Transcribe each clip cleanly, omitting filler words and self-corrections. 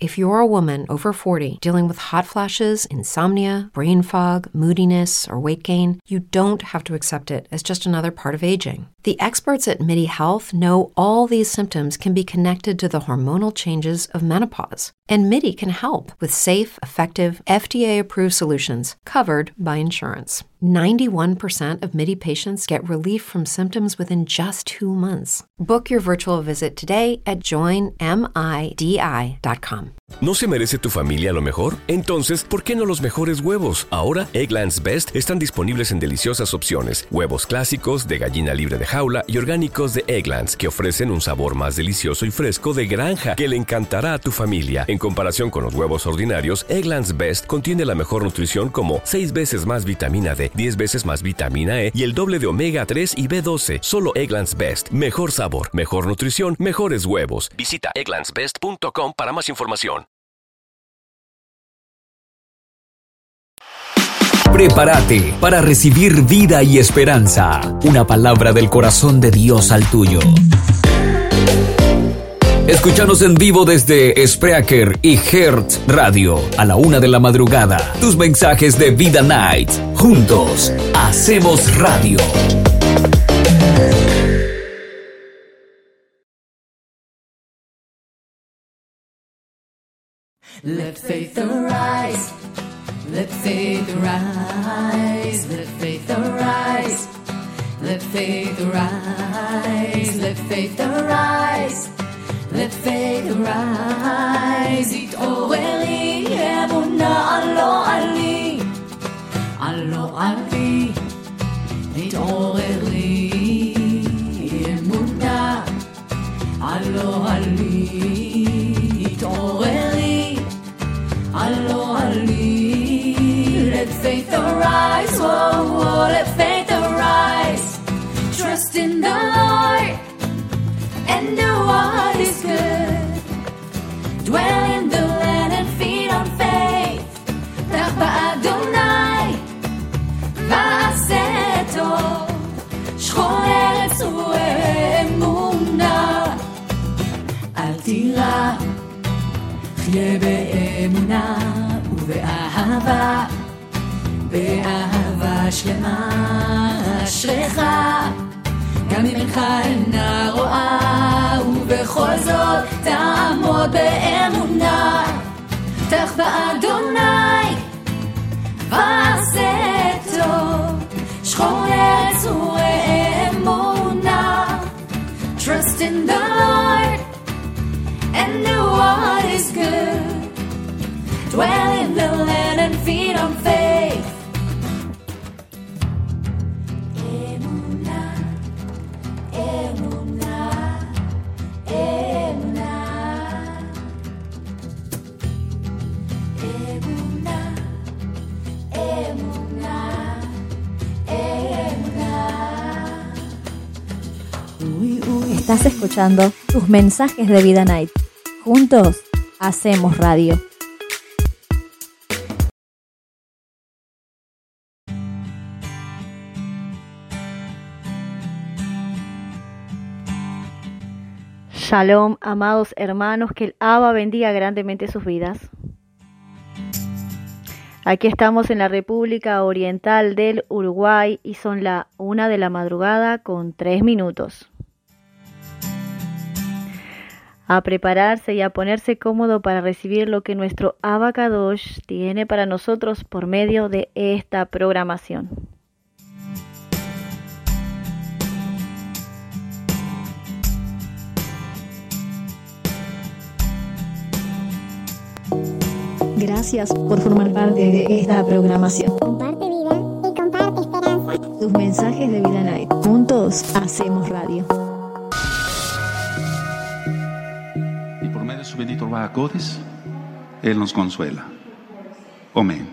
If you're a woman over 40 dealing with hot flashes, insomnia, brain fog, moodiness, or weight gain, you don't have to accept it as just another part of aging. The experts at MIDI Health know all these symptoms can be connected to the hormonal changes of menopause. And MIDI can help with safe, effective, FDA-approved solutions covered by insurance. 91% of MIDI patients get relief from symptoms within just 2 months. Book your virtual visit today at joinmidi.com. ¿No se merece tu familia lo mejor? Entonces, ¿por qué no los mejores huevos? Ahora, Eggland's Best están disponibles en deliciosas opciones. Huevos clásicos, de gallina libre de jaula y orgánicos de Eggland's, que ofrecen un sabor más delicioso y fresco de granja que le encantará a tu familia. En comparación con los huevos ordinarios, Eggland's Best contiene la mejor nutrición como 6 veces más vitamina D, 10 veces más vitamina E y el doble de omega 3 y B12. Solo Eggland's Best. Mejor sabor, mejor nutrición, mejores huevos. Visita egglandsbest.com para más información. Prepárate para recibir vida y esperanza. Una palabra del corazón de Dios al tuyo. Escúchanos en vivo desde Spreaker y Hertz Radio a la 1 de la madrugada. Tus mensajes de Vida Night. Juntos hacemos radio. Let faith arise. Let faith arise. Let faith arise. Let faith arise. Let faith arise. Let faith arise. התעוררי אמונה עלו עלי. עלו עלי. התעוררי אמונה עלו עלי. התעוררי עלו עלי. Let faith arise. Whoa, whoa, let faith arise. Trust in the Lord and do what is good. Dwell in the land and feed on faith. Pach ba'Adonai va'aseh tov. Shchol eretz u'emuna. Al tira, chye be'emuna u'be'ahava. באהבה שלמה אשריך גם אם אינך אינה רואה ובכל זאת תעמוד באמונה תח באדוני ועשה טוב שכור ארץ ואמונה Trust in the Lord and do what is good Dwell in the land and feed on faith Estás escuchando tus mensajes de Vida Night. Juntos hacemos radio. Shalom, amados hermanos, que el Abba bendiga grandemente sus vidas. Aquí estamos en la República Oriental del Uruguay y son la 1 de la madrugada con 3 minutos. A prepararse y a ponerse cómodo para recibir lo que nuestro Abba Kadosh tiene para nosotros por medio de esta programación. Gracias por formar parte de esta programación. Comparte vida y comparte esperanza. Tus mensajes de Vida Night. Juntos hacemos radio. Y por medio de su bendito Ruach HaKodesh, Él nos consuela. Amén.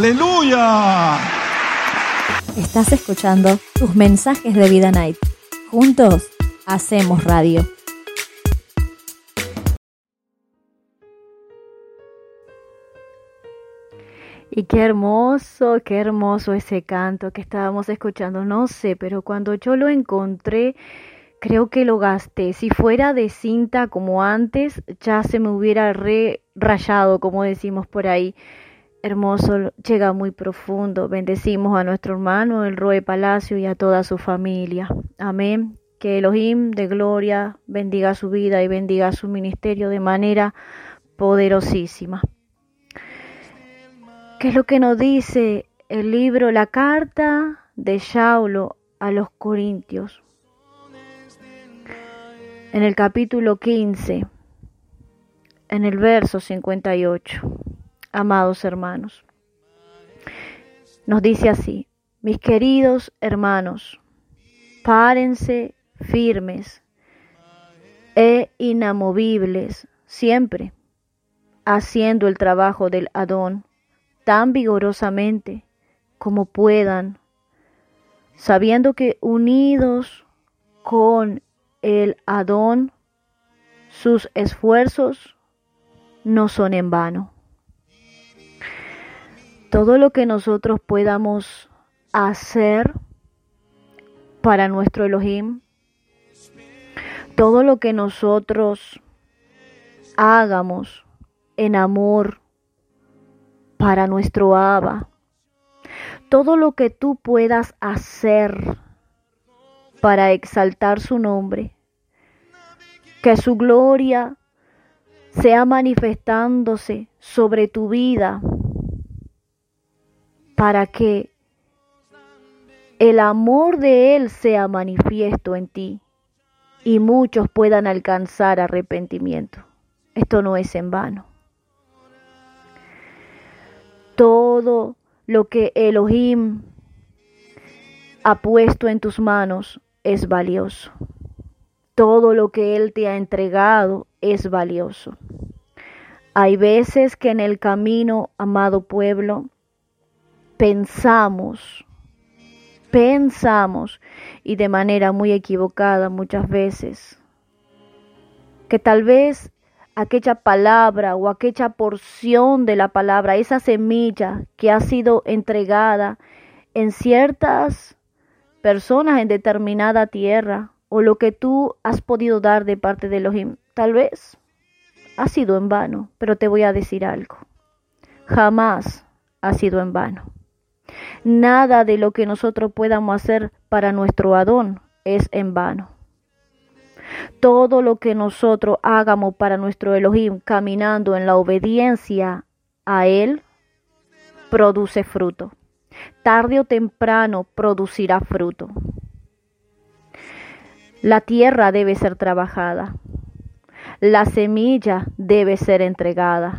¡Aleluya! Estás escuchando tus mensajes de Vida Night. Juntos hacemos radio. Y qué hermoso ese canto que estábamos escuchando. No sé, pero cuando yo lo encontré, creo que lo gasté. Si fuera de cinta como antes, ya se me hubiera rayado, como decimos por ahí. Hermoso, llega muy profundo. Bendecimos a nuestro hermano, el Roe Palacio, y a toda su familia. Amén. Que Elohim de gloria bendiga su vida y bendiga su ministerio de manera poderosísima. ¿Qué es lo que nos dice el libro, la carta de Saulo a los Corintios? En el capítulo 15, en el verso 58, amados hermanos, nos dice así: mis queridos hermanos, párense firmes e inamovibles, siempre haciendo el trabajo del Adón, tan vigorosamente como puedan, sabiendo que unidos con el Adón, sus esfuerzos no son en vano. Todo lo que nosotros podamos hacer para nuestro Elohim, todo lo que nosotros hagamos en amor para nuestro Abba, todo lo que tú puedas hacer para exaltar su nombre, que su gloria sea manifestándose sobre tu vida, para que el amor de Él sea manifiesto en ti y muchos puedan alcanzar arrepentimiento. Esto no es en vano. Todo lo que Elohim ha puesto en tus manos es valioso. Todo lo que Él te ha entregado es valioso. Hay veces que en el camino, amado pueblo, pensamos y de manera muy equivocada muchas veces, que tal vez aquella palabra o aquella porción de la palabra, esa semilla que ha sido entregada en ciertas personas en determinada tierra, o lo que tú has podido dar de parte de Elohim, tal vez ha sido en vano. Pero te voy a decir algo: jamás ha sido en vano. Nada de lo que nosotros podamos hacer para nuestro Adón es en vano. Todo lo que nosotros hagamos para nuestro Elohim, caminando en la obediencia a Él, produce fruto. Tarde o temprano producirá fruto. La tierra debe ser trabajada. La semilla debe ser entregada.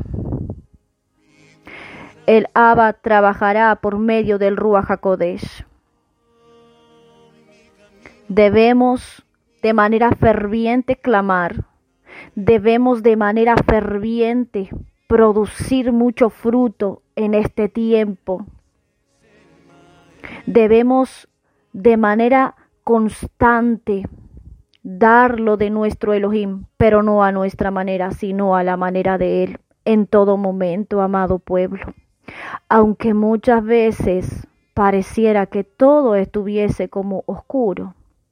El Abba trabajará por medio del Ruach HaKodesh. Debemos de manera ferviente clamar. Debemos de manera ferviente producir mucho fruto en este tiempo. Debemos de manera constante darlo de nuestro Elohim, pero no a nuestra manera, sino a la manera de Él, en todo momento, amado pueblo. Aunque muchas veces pareciera que todo estuviese como oscuro.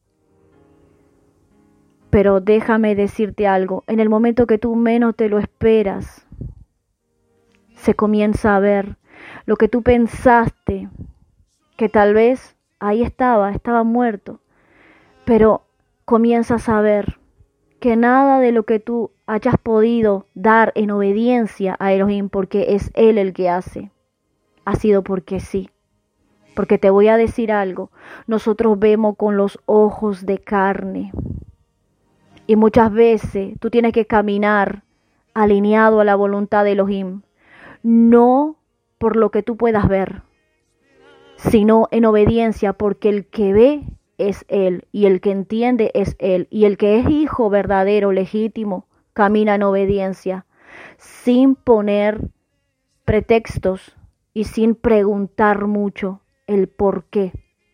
Pero déjame decirte algo: en el momento que tú menos te lo esperas, se comienza a ver lo que tú pensaste, que tal vez ahí estaba muerto, pero comienzas a ver que nada de lo que tú hayas podido dar en obediencia a Elohim, porque es Él el que hace, ha sido porque sí. Porque te voy a decir algo: nosotros vemos con los ojos de carne, y muchas veces tú tienes que caminar alineado a la voluntad de Elohim, no por lo que tú puedas ver, sino en obediencia, porque el que ve es Él, y el que entiende es Él, y el que es hijo verdadero, legítimo, camina en obediencia, sin poner pretextos y sin preguntar mucho el por qué,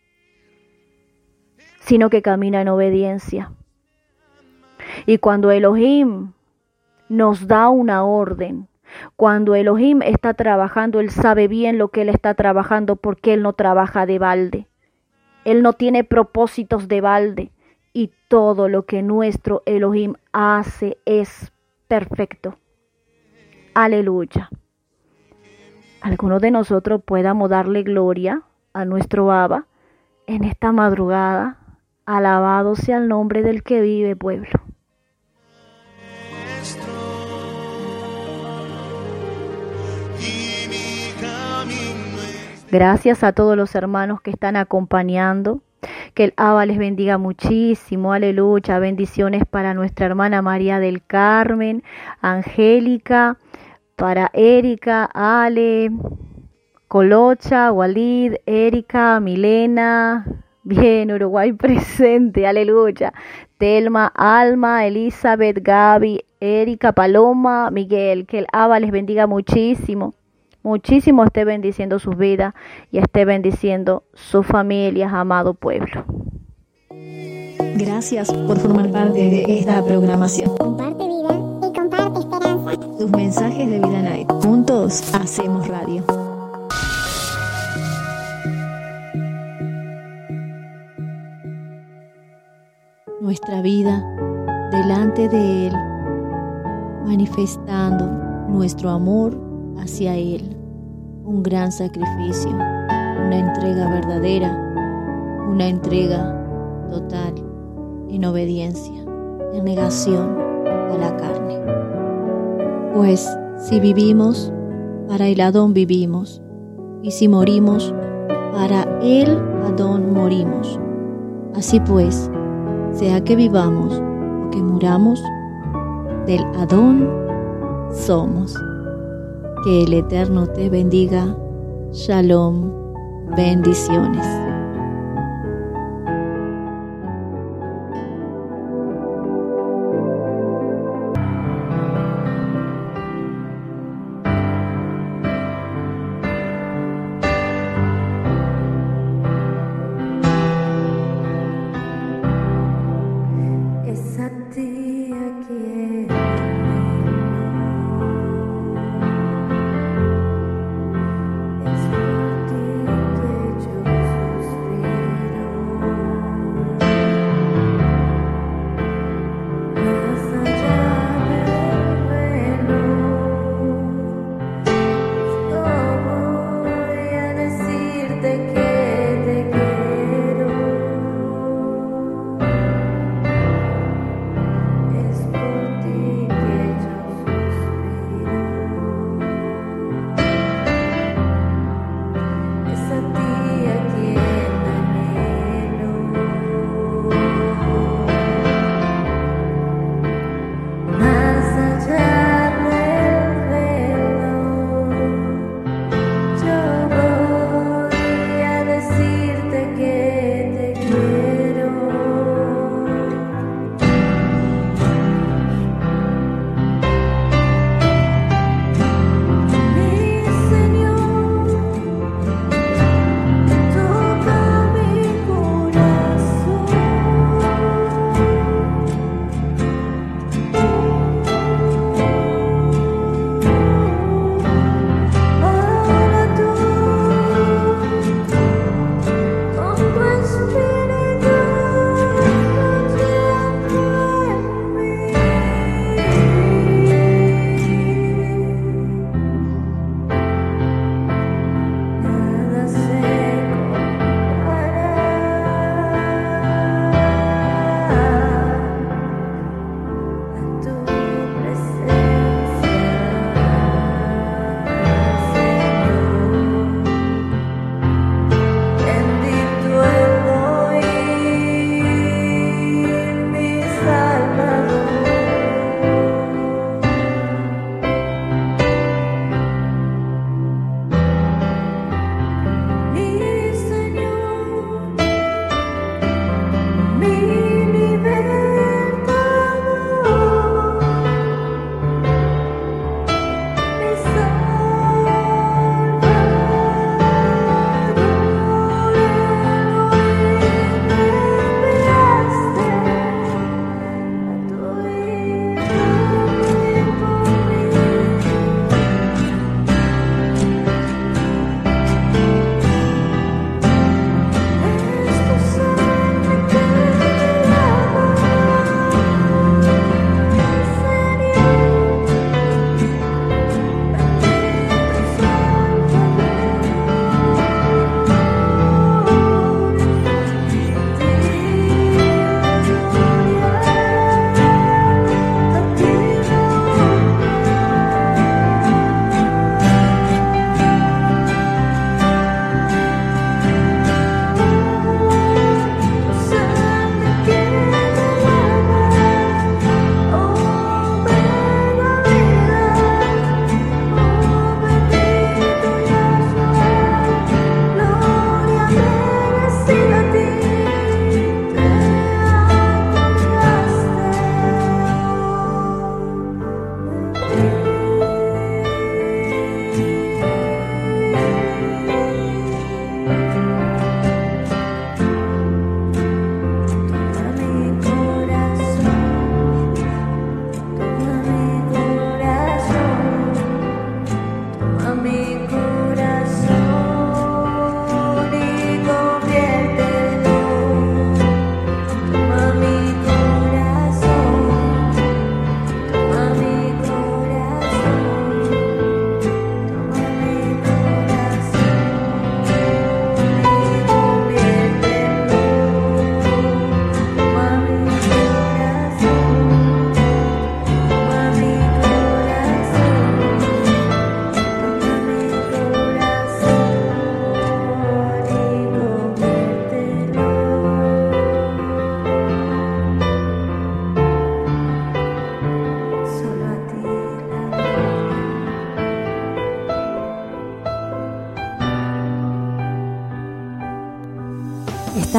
sino que camina en obediencia. Y cuando Elohim nos da una orden, cuando Elohim está trabajando, Él sabe bien lo que Él está trabajando porque Él no trabaja de balde. Él no tiene propósitos de balde y todo lo que nuestro Elohim hace es perfecto. Aleluya. Algunos de nosotros podamos darle gloria a nuestro Abba en esta madrugada. Alabado sea el nombre del que vive, pueblo. Gracias a todos los hermanos que están acompañando. Que el Abba les bendiga muchísimo. Aleluya. Bendiciones para nuestra hermana María del Carmen, Angélica, para Erika, Ale, Colocha, Walid, Erika, Milena. Bien, Uruguay presente. Aleluya. Telma, Alma, Elizabeth, Gaby, Erika, Paloma, Miguel. Que el Abba les bendiga muchísimo. Muchísimo esté bendiciendo sus vidas y esté bendiciendo sus familias, amado pueblo. Gracias por formar parte de esta programación. Comparte vida y comparte esperanza. Tus mensajes de Vida Night. Juntos hacemos radio. Nuestra vida delante de Él, manifestando nuestro amor hacia Él, un gran sacrificio, una entrega verdadera, una entrega total, en obediencia, en negación a la carne. Pues si vivimos, para el Adón vivimos, y si morimos, para el Adón morimos. Así pues, sea que vivamos o que muramos, del Adón somos. Que el Eterno te bendiga. Shalom. Bendiciones.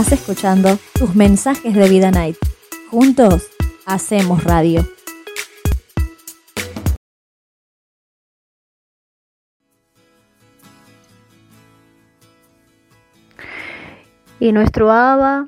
Estás escuchando tus mensajes de Vida Night. Juntos hacemos radio. Y nuestro Abba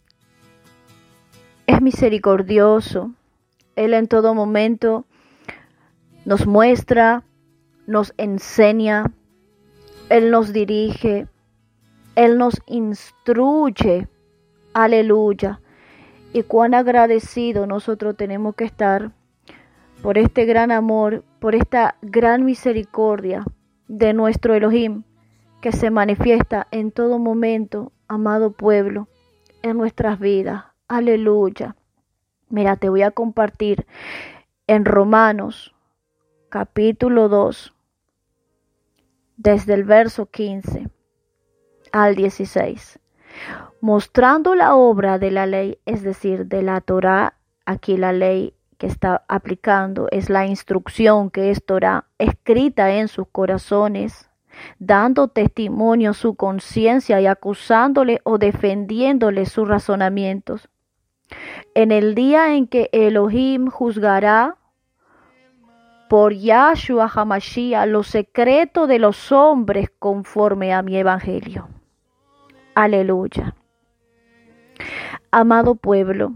es misericordioso. Él en todo momento nos muestra, nos enseña, Él nos dirige, Él nos instruye. Aleluya. Y cuán agradecido nosotros tenemos que estar por este gran amor, por esta gran misericordia de nuestro Elohim, que se manifiesta en todo momento, amado pueblo, en nuestras vidas. Aleluya. Mira, te voy a compartir en Romanos, capítulo 2, desde el verso 15 al 16. Mostrando la obra de la ley, es decir, de la Torá. Aquí la ley que está aplicando es la instrucción que es Torá, escrita en sus corazones, dando testimonio a su conciencia y acusándole o defendiéndole sus razonamientos. En el día en que Elohim juzgará por Yahshua HaMashiach los secretos de los hombres conforme a mi evangelio. Aleluya. Amado pueblo,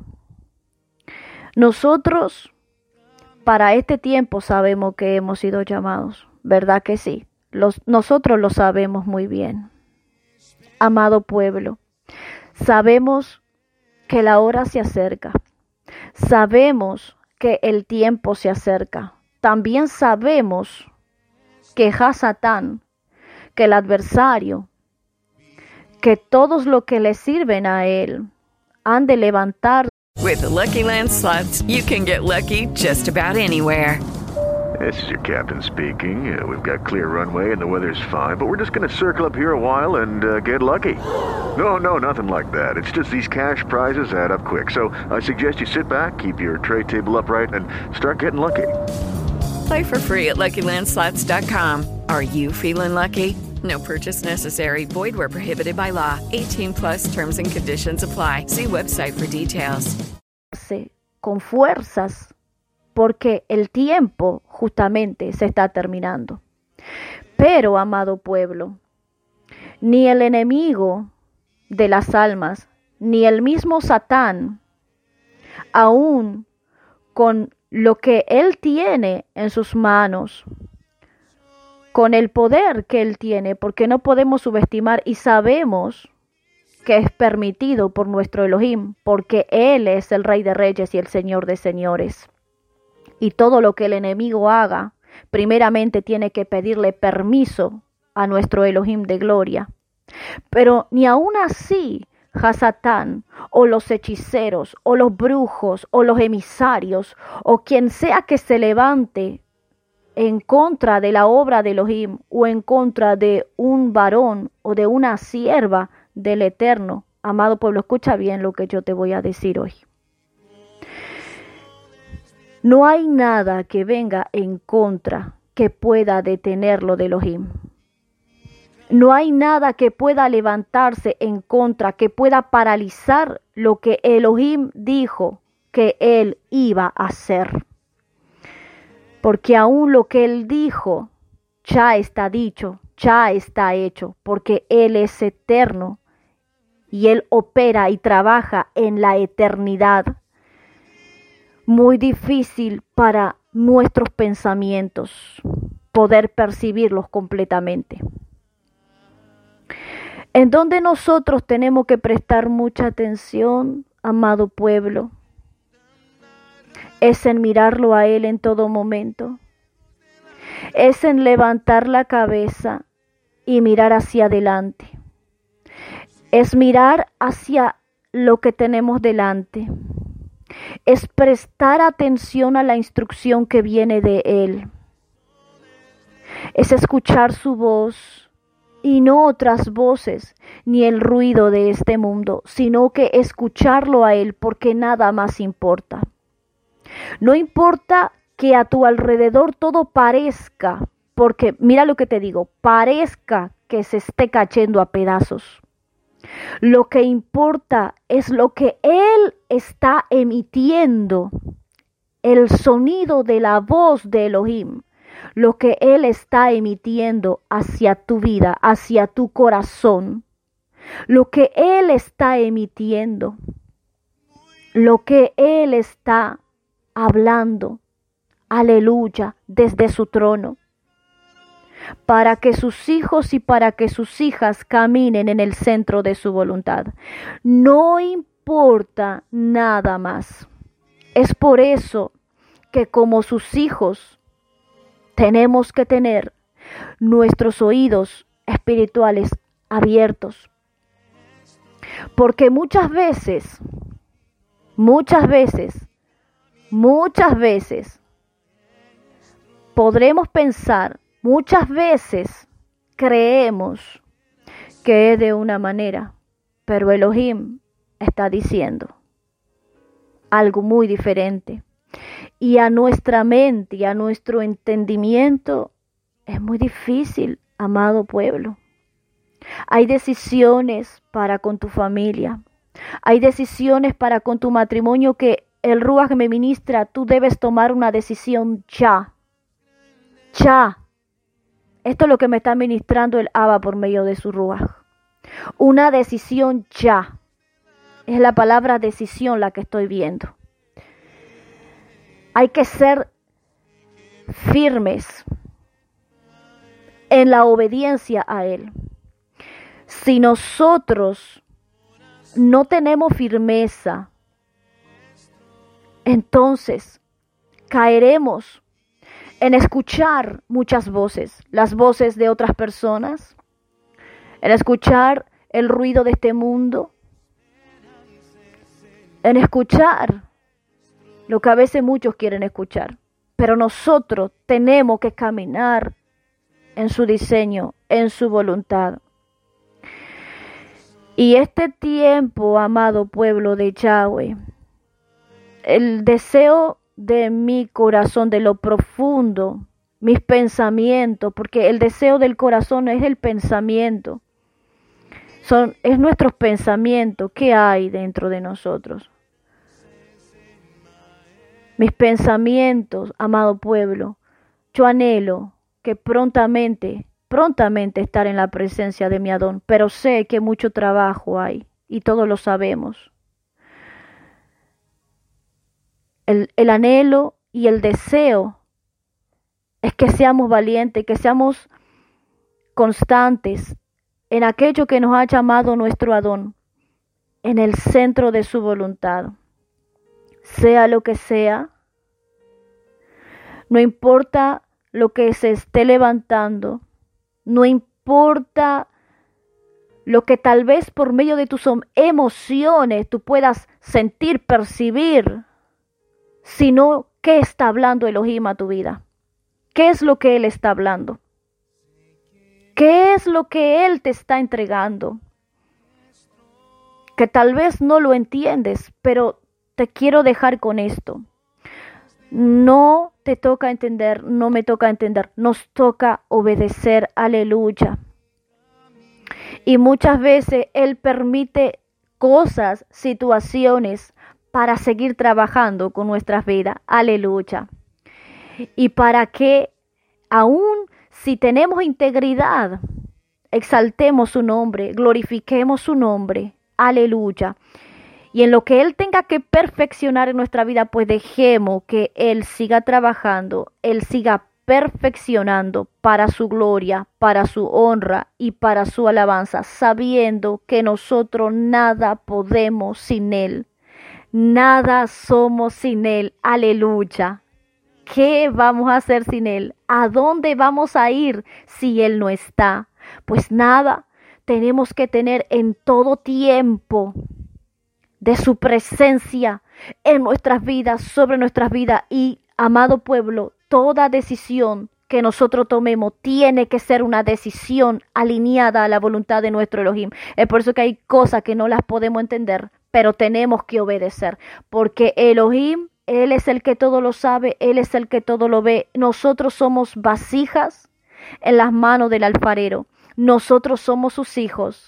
nosotros para este tiempo sabemos que hemos sido llamados, ¿verdad que sí? Nosotros lo sabemos muy bien. Amado pueblo, sabemos que la hora se acerca. Sabemos que el tiempo se acerca. También sabemos que Hasatán, que el adversario, que todos los que le sirven a él han de levantar. With the Lucky Land Slots, you can get lucky just about anywhere. This is your captain speaking. We've got clear runway and the weather's fine, but we're just going to circle up here a while and get lucky. No, nothing like that. It's just these cash prizes add up quick. So I suggest you sit back, keep your tray table upright, and start getting lucky. Play for free at LuckyLandSlots.com. Are you feeling lucky? No purchase necessary. Void where prohibited by law. 18 plus terms and conditions apply. See website for details. Con fuerzas, porque el tiempo justamente se está terminando. Pero, amado pueblo, ni el enemigo de las almas, ni el mismo Satán, aún con lo que él tiene en sus manos, con el poder que él tiene, porque no podemos subestimar y sabemos que es permitido por nuestro Elohim, porque él es el Rey de Reyes y el Señor de Señores. Y todo lo que el enemigo haga, primeramente tiene que pedirle permiso a nuestro Elohim de gloria. Pero ni aún así, Hasatán, o los hechiceros, o los brujos, o los emisarios, o quien sea que se levante en contra de la obra de Elohim, o en contra de un varón, o de una sierva del Eterno. Amado pueblo, escucha bien lo que yo te voy a decir hoy. No hay nada que venga en contra que pueda detenerlo de Elohim. No hay nada que pueda levantarse en contra, que pueda paralizar lo que Elohim dijo que él iba a hacer. Porque aún lo que él dijo ya está dicho, ya está hecho, porque él es eterno y él opera y trabaja en la eternidad. Muy difícil para nuestros pensamientos poder percibirlos completamente. En donde nosotros tenemos que prestar mucha atención, amado pueblo, es en mirarlo a Él en todo momento. Es en levantar la cabeza y mirar hacia adelante. Es mirar hacia lo que tenemos delante. Es prestar atención a la instrucción que viene de Él. Es escuchar su voz y no otras voces, ni el ruido de este mundo, sino que escucharlo a Él, porque nada más importa. No importa que a tu alrededor todo parezca, porque mira lo que te digo, parezca que se esté cayendo a pedazos. Lo que importa es lo que Él está emitiendo, el sonido de la voz de Elohim, lo que Él está emitiendo hacia tu vida, hacia tu corazón, lo que Él está emitiendo, lo que Él está hablando, aleluya, desde su trono, para que sus hijos y para que sus hijas caminen en el centro de su voluntad. No importa nada más. Es por eso que como sus hijos tenemos que tener nuestros oídos espirituales abiertos. Porque muchas veces, podremos pensar, muchas veces creemos que es de una manera, pero Elohim está diciendo algo muy diferente. Y a nuestra mente y a nuestro entendimiento es muy difícil, amado pueblo. Hay decisiones para con tu familia. Hay decisiones para con tu matrimonio que el Ruach me ministra. Tú debes tomar una decisión ya. Ya. Esto es lo que me está ministrando el Abba por medio de su Ruach. Una decisión ya. Es la palabra decisión la que estoy viendo. Hay que ser firmes en la obediencia a Él. Si nosotros no tenemos firmeza, entonces caeremos en escuchar muchas voces, las voces de otras personas, en escuchar el ruido de este mundo, en escuchar lo que a veces muchos quieren escuchar. Pero nosotros tenemos que caminar en su diseño, en su voluntad. Y este tiempo, amado pueblo de Yahweh, el deseo de mi corazón, de lo profundo, mis pensamientos, porque el deseo del corazón es el pensamiento, es nuestros pensamientos, ¿qué hay dentro de nosotros? Mis pensamientos, amado pueblo, yo anhelo que prontamente estar en la presencia de mi Adón, pero sé que mucho trabajo hay y todos lo sabemos. El anhelo y el deseo es que seamos valientes, que seamos constantes en aquello que nos ha llamado nuestro Adón, en el centro de su voluntad. Sea lo que sea, no importa lo que se esté levantando, no importa lo que tal vez por medio de tus emociones tú puedas sentir, percibir, sino qué está hablando Elohim a tu vida. ¿Qué es lo que Él está hablando? ¿Qué es lo que Él te está entregando? Que tal vez no lo entiendes, pero te quiero dejar con esto. No te toca entender, no me toca entender, nos toca obedecer, aleluya. Y muchas veces Él permite cosas, situaciones para seguir trabajando con nuestras vidas, aleluya. Y para que aún si tenemos integridad, exaltemos su nombre, glorifiquemos su nombre, aleluya. Y en lo que Él tenga que perfeccionar en nuestra vida, pues dejemos que Él siga trabajando, Él siga perfeccionando para su gloria, para su honra y para su alabanza, sabiendo que nosotros nada podemos sin Él, nada somos sin Él, aleluya. ¿Qué vamos a hacer sin Él? ¿A dónde vamos a ir si Él no está? Pues nada, tenemos que tener en todo tiempo de su presencia en nuestras vidas, sobre nuestras vidas. Y, amado pueblo, toda decisión que nosotros tomemos tiene que ser una decisión alineada a la voluntad de nuestro Elohim. Es por eso que hay cosas que no las podemos entender, pero tenemos que obedecer, porque Elohim, Él es el que todo lo sabe, Él es el que todo lo ve. Nosotros somos vasijas en las manos del alfarero. Nosotros somos sus hijos.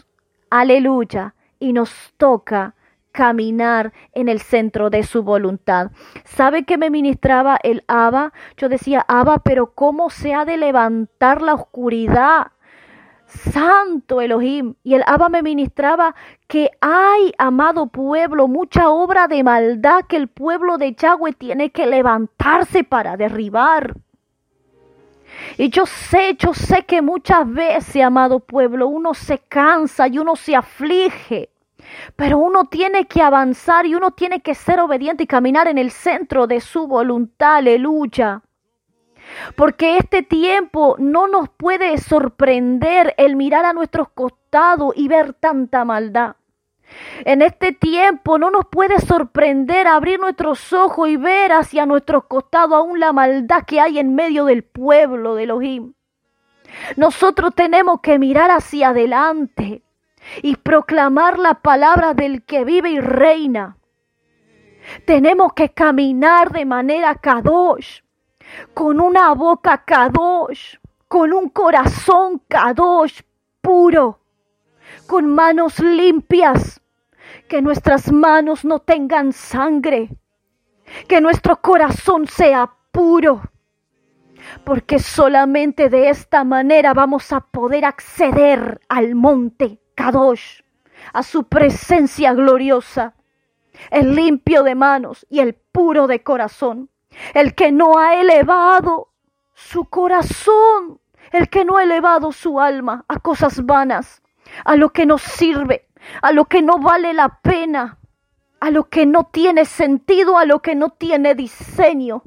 Aleluya. Y nos toca caminar en el centro de su voluntad. ¿Sabe qué me ministraba el Abba? Yo decía, Abba, pero ¿cómo se ha de levantar la oscuridad? Santo Elohim. Y el Abba me ministraba que hay, amado pueblo, mucha obra de maldad que el pueblo de Yahweh tiene que levantarse para derribar. Y yo sé que muchas veces, amado pueblo, uno se cansa y uno se aflige. Pero uno tiene que avanzar y uno tiene que ser obediente y caminar en el centro de su voluntad. Aleluya. Porque este tiempo no nos puede sorprender el mirar a nuestros costados y ver tanta maldad. En este tiempo no nos puede sorprender abrir nuestros ojos y ver hacia nuestros costados aún la maldad que hay en medio del pueblo de Elohim. Nosotros tenemos que mirar hacia adelante y proclamar la palabra del que vive y reina. Tenemos que caminar de manera kadosh, con una boca kadosh, con un corazón kadosh puro, con manos limpias, que nuestras manos no tengan sangre, que nuestro corazón sea puro, porque solamente de esta manera vamos a poder acceder al monte Kadosh, a su presencia gloriosa, el limpio de manos y el puro de corazón, el que no ha elevado su corazón, el que no ha elevado su alma a cosas vanas, a lo que no sirve, a lo que no vale la pena, a lo que no tiene sentido, a lo que no tiene diseño.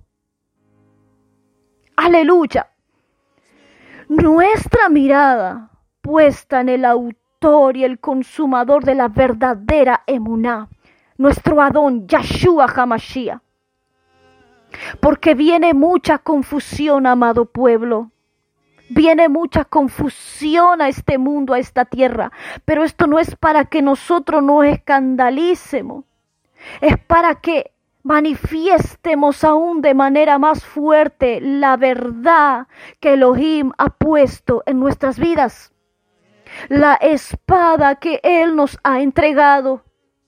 Aleluya. Nuestra mirada puesta en el autor y el consumador de la verdadera emuná, nuestro Adón Yahshua HaMashiach. Porque viene mucha confusión, amado pueblo. Viene mucha confusión a este mundo, a esta tierra. Pero esto no es para que nosotros nos escandalicemos. Es para que manifiestemos aún de manera más fuerte la verdad que Elohim ha puesto en nuestras vidas. La espada que Él nos ha entregado.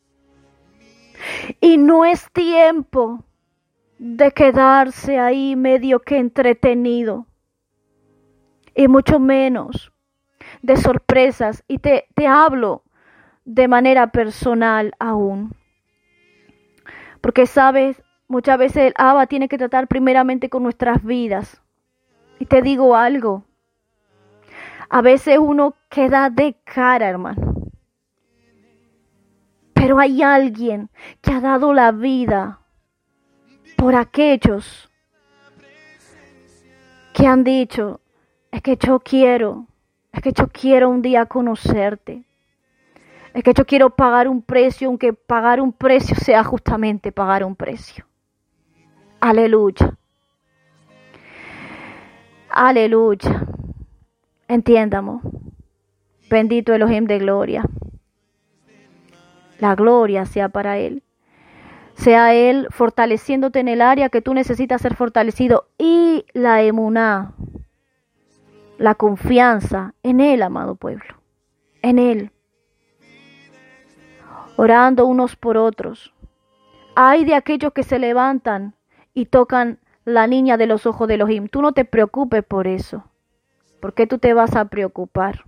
Y no es tiempo de quedarse ahí medio que entretenido. Y mucho menos de sorpresas. Y te hablo de manera personal aún. Porque sabes, muchas veces el Abba tiene que tratar primeramente con nuestras vidas. Y te digo algo. A veces uno queda de cara, hermano. Pero hay alguien que ha dado la vida por aquellos que han dicho, es que yo quiero un día conocerte. Es que yo quiero pagar un precio, aunque pagar un precio sea justamente pagar un precio. Aleluya. Aleluya. Entiendamos. Bendito Elohim de gloria. La gloria sea para Él. Sea Él fortaleciéndote en el área que tú necesitas ser fortalecido. Y la emuná, la confianza en Él, amado pueblo. En Él. Orando unos por otros. Ay de aquellos que se levantan y tocan la niña de los ojos de Elohim. Tú no te preocupes por eso. ¿Por qué tú te vas a preocupar?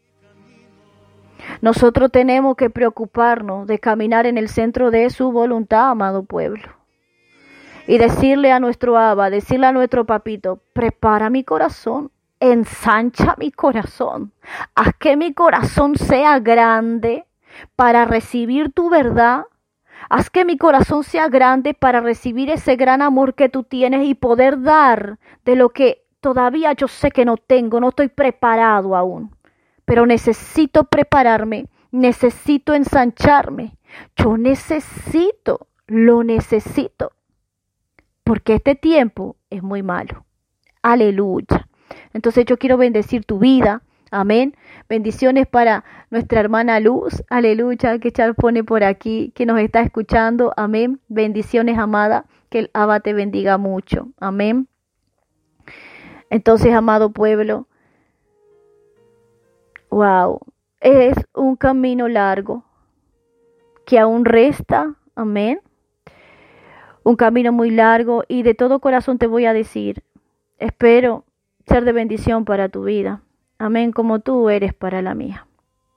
Nosotros tenemos que preocuparnos de caminar en el centro de su voluntad, amado pueblo. Y decirle a nuestro Abba, decirle a nuestro papito, prepara mi corazón, ensancha mi corazón, haz que mi corazón sea grande para recibir tu verdad. Haz que mi corazón sea grande para recibir ese gran amor que tú tienes y poder dar de lo que todavía yo sé que no tengo, no estoy preparado aún. Pero necesito prepararme, necesito ensancharme. Yo lo necesito. Porque este tiempo es muy malo. Aleluya. Entonces yo quiero bendecir tu vida. Amén. Bendiciones para nuestra hermana Luz. Aleluya. Que Char pone por aquí, que nos está escuchando. Amén. Bendiciones, amada. Que el Abba te bendiga mucho. Amén. Entonces, amado pueblo. Wow. es un camino largo que aún resta, amén. Un camino muy largo y de todo corazón te voy a decir, espero ser de bendición para tu vida, amén, como tú eres para la mía.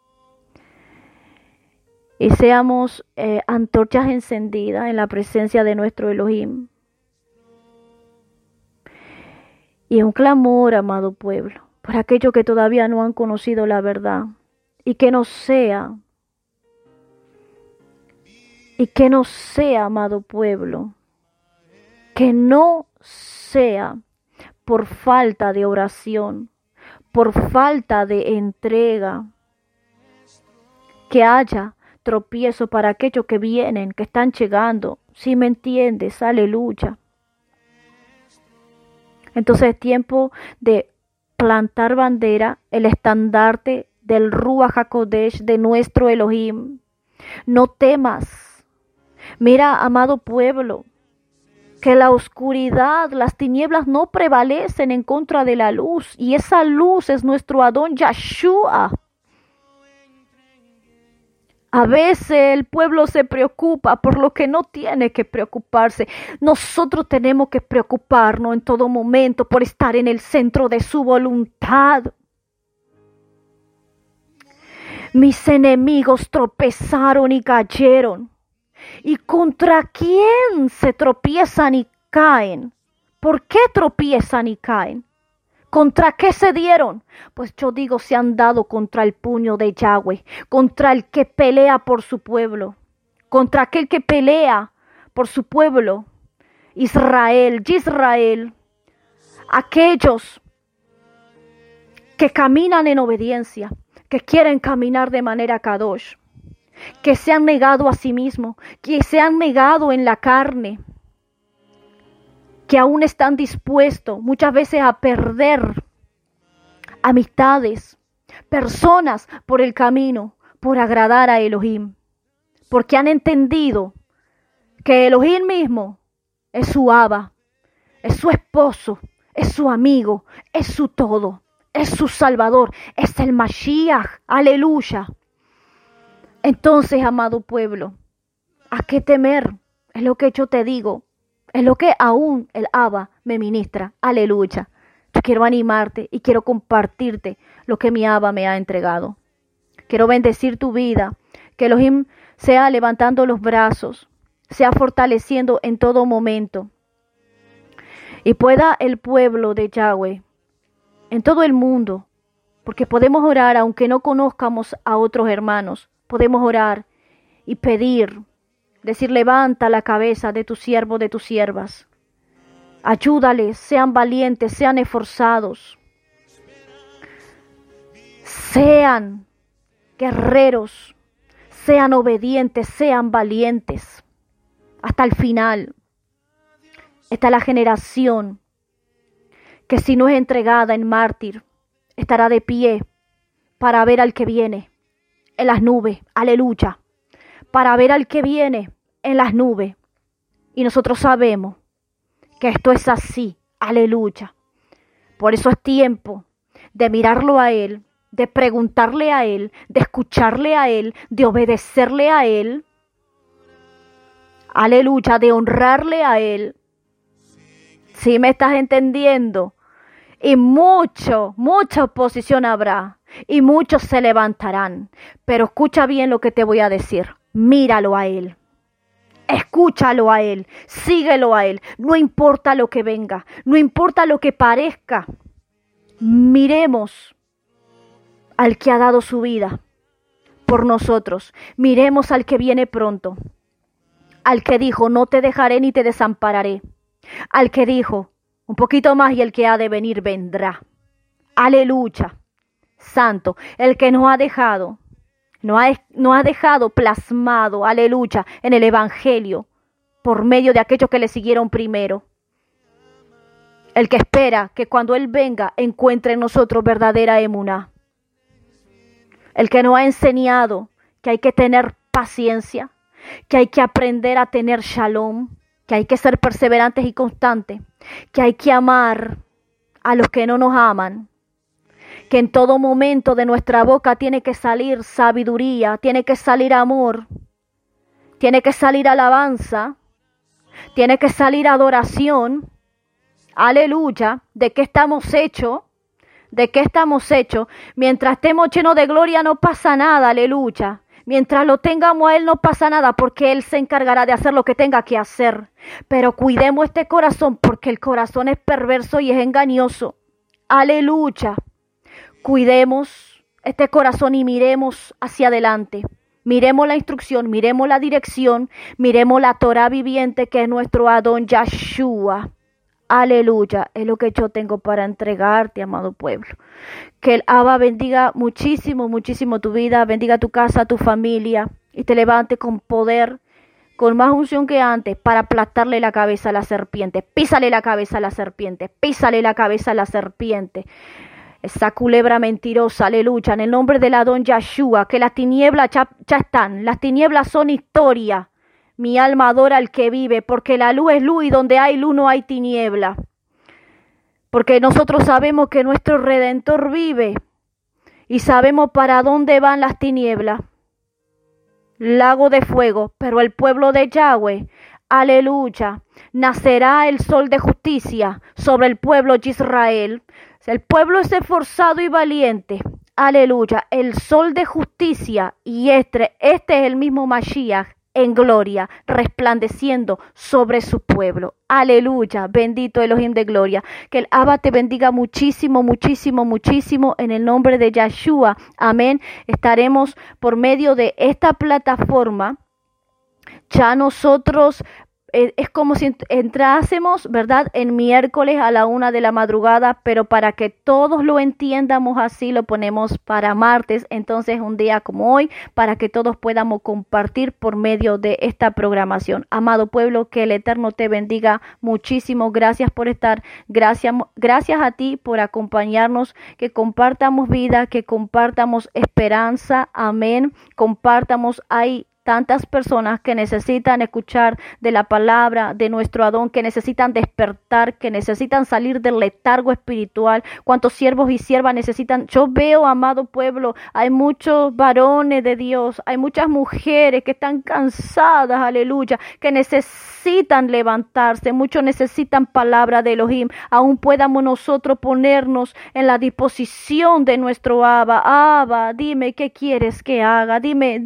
Y seamos antorchas encendidas en la presencia de nuestro Elohim. Y un clamor, amado pueblo, por aquellos que todavía no han conocido la verdad. Y que no sea, amado pueblo, que no sea por falta de oración, por falta de entrega, que haya tropiezo para aquellos que vienen, que están llegando. ¿Sí me entiendes? Aleluya. Entonces es tiempo de plantar bandera, el estandarte del Ruach HaKodesh, de nuestro Elohim. No temas. Mira, amado pueblo, que la oscuridad, las tinieblas no prevalecen en contra de la luz. Y esa luz es nuestro Adón Yahshua. A veces el pueblo se preocupa por lo que no tiene que preocuparse. Nosotros tenemos que preocuparnos en todo momento por estar en el centro de su voluntad. Mis enemigos tropezaron y cayeron. ¿Y contra quién se tropiezan y caen? ¿Por qué tropiezan y caen? ¿Contra qué se dieron? Pues yo digo, se han dado contra el puño de Yahweh, contra el que pelea por su pueblo, contra aquel que pelea por su pueblo, Israel, aquellos que caminan en obediencia, que quieren caminar de manera kadosh, que se han negado a sí mismos, que se han negado en la carne, que aún están dispuestos muchas veces a perder amistades, personas por el camino, por agradar a Elohim, porque han entendido que Elohim mismo es su Abba, es su esposo, es su amigo, es su todo, es su Salvador, es el Mashiach, aleluya. Entonces, amado pueblo, ¿a qué temer? Es lo que yo te digo. Es lo que aún el Abba me ministra. Aleluya. Yo quiero animarte y quiero compartirte lo que mi Abba me ha entregado. Quiero bendecir tu vida. Que Elohim sea levantando los brazos, sea fortaleciendo en todo momento. Y pueda el pueblo de Yahweh en todo el mundo, porque podemos orar aunque no conozcamos a otros hermanos. Podemos orar y pedir. Decir, levanta la cabeza de tu siervo, de tus siervas. Ayúdales, sean valientes, sean esforzados. Sean guerreros, sean obedientes, sean valientes. Hasta el final. Esta es la generación que si no es entregada en mártir, estará de pie para ver al que viene en las nubes. Aleluya. Para ver al que viene en las nubes. Y nosotros sabemos que esto es así. Aleluya. Por eso es tiempo de mirarlo a Él, de preguntarle a Él, de escucharle a Él, de obedecerle a Él. Aleluya, de honrarle a Él. ¿Sí me estás entendiendo? Y mucha oposición habrá. Y muchos se levantarán. Pero escucha bien lo que te voy a decir. Míralo a Él. Escúchalo a Él. Síguelo a Él. No importa lo que venga. No importa lo que parezca. Miremos al que ha dado su vida por nosotros. Miremos al que viene pronto. Al que dijo, no te dejaré ni te desampararé. Al que dijo, un poquito más y el que ha de venir vendrá. Aleluya. Santo, el que nos ha dejado, nos ha dejado plasmado, aleluya, en el Evangelio, por medio de aquellos que le siguieron primero. El que espera que cuando Él venga encuentre en nosotros verdadera emuná. El que nos ha enseñado que hay que tener paciencia, que hay que aprender a tener shalom, que hay que ser perseverantes y constantes, que hay que amar a los que no nos aman, que en todo momento de nuestra boca tiene que salir sabiduría, tiene que salir amor, tiene que salir alabanza, tiene que salir adoración. Aleluya. ¿De qué estamos hechos? ¿De qué estamos hechos? Mientras estemos llenos de gloria no pasa nada, aleluya. Mientras lo tengamos a Él no pasa nada, porque Él se encargará de hacer lo que tenga que hacer. Pero cuidemos este corazón, porque el corazón es perverso y es engañoso. Aleluya. Cuidemos este corazón y miremos hacia adelante. Miremos la instrucción, miremos la dirección, miremos la Torah viviente que es nuestro Adón Yahshua. Aleluya, es lo que yo tengo para entregarte, amado pueblo. Que el Abba bendiga muchísimo, muchísimo tu vida, bendiga tu casa, tu familia y te levante con poder, con más unción que antes para aplastarle la cabeza a la serpiente. Písale la cabeza a la serpiente, písale la cabeza a la serpiente. Esa culebra mentirosa, aleluya, en el nombre del Adón Yahshua, que las tinieblas ya están, las tinieblas son historia. Mi alma adora al que vive, porque la luz es luz y donde hay luz no hay tiniebla. Porque nosotros sabemos que nuestro Redentor vive y sabemos para dónde van las tinieblas. Lago de fuego, pero el pueblo de Yahweh, aleluya, nacerá el sol de justicia sobre el pueblo de Israel. El pueblo es esforzado y valiente. Aleluya, el sol de justicia y este es el mismo Mashiach en gloria, resplandeciendo sobre su pueblo. Aleluya, bendito Elohim de gloria. Que el Abba te bendiga muchísimo, muchísimo, muchísimo en el nombre de Yahshua. Amén. Estaremos por medio de esta plataforma. Ya nosotros es como si entrásemos, ¿verdad?, en miércoles a la 1 de la madrugada, pero para que todos lo entiendamos así, lo ponemos para martes, entonces un día como hoy, para que todos podamos compartir por medio de esta programación. Amado pueblo, que el Eterno te bendiga muchísimo. Gracias por estar, gracias a ti por acompañarnos, que compartamos vida, que compartamos esperanza, amén, compartamos ahí. Tantas personas que necesitan escuchar de la palabra de nuestro Adón, que necesitan despertar, que necesitan salir del letargo espiritual. Cuántos siervos y siervas necesitan. Yo veo, amado pueblo, hay muchos varones de Dios, hay muchas mujeres que están cansadas, aleluya, que necesitan levantarse. Muchos necesitan palabra de Elohim. Aún podamos nosotros ponernos en la disposición de nuestro Abba. Abba, dime qué quieres que haga. Dime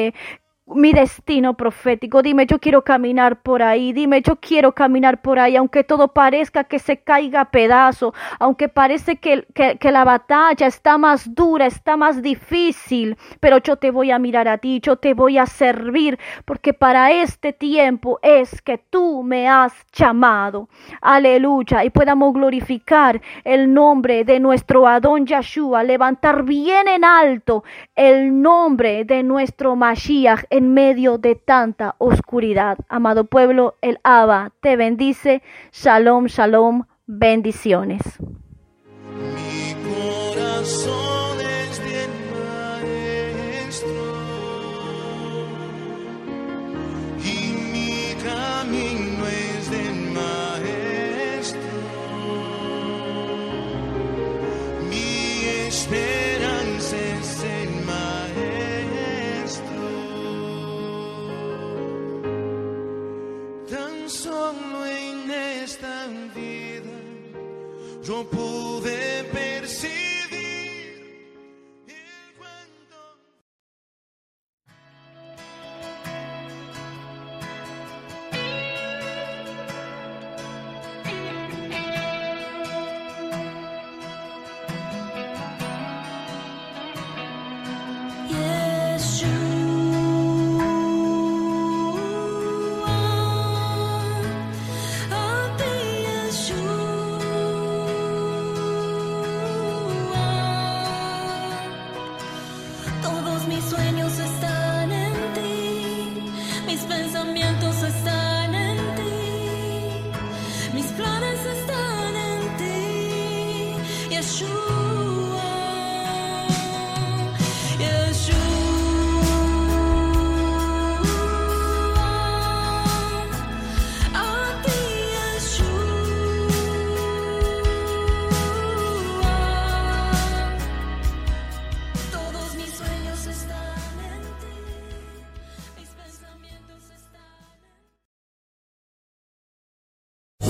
mi destino profético. Dime, yo quiero caminar por ahí. Dime, yo quiero caminar por ahí, aunque todo parezca que se caiga a pedazos, aunque parece que la batalla está más dura, está más difícil, pero yo te voy a mirar a ti, yo te voy a servir, porque para este tiempo es que tú me has llamado. Aleluya. Y podamos glorificar el nombre de nuestro Adón Yahshua, levantar bien en alto el nombre de nuestro Mashiach en medio de tanta oscuridad. Amado pueblo, el Abba te bendice. Shalom, shalom, bendiciones. Mi corazón es bien maestro y mi camino es del maestro. Mi esperanza es el maestro. Tan solo en esta vida yo pude percibir el cuento.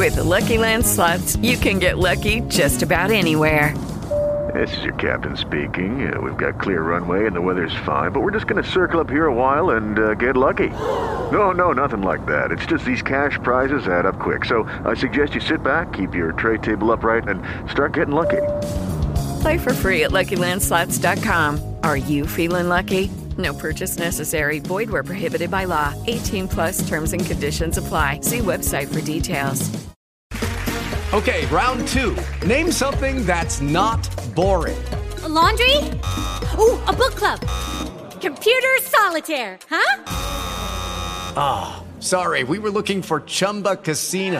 With the Lucky Land Slots, you can get lucky just about anywhere. This is your captain speaking. We've got clear runway and the weather's fine, but we're just going to circle up here a while and get lucky. No, nothing like that. It's just these cash prizes add up quick. So I suggest you sit back, keep your tray table upright, and start getting lucky. Play for free at LuckyLandSlots.com. Are you feeling lucky? No purchase necessary. Void where prohibited by law. 18 plus terms and conditions apply. See website for details. Okay, round two. Name something that's not boring. A laundry? Ooh, a book club. Computer solitaire, huh? Ah, sorry, we were looking for Chumba Casino.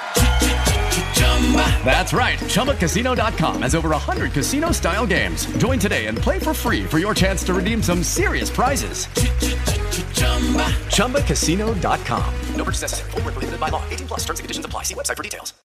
That's right, ChumbaCasino.com has over 100 casino-style games. Join today and play for free for your chance to redeem some serious prizes. ChumbaCasino.com. No purchase necessary. Void where prohibited by law. 18 plus terms and conditions apply. See website for details.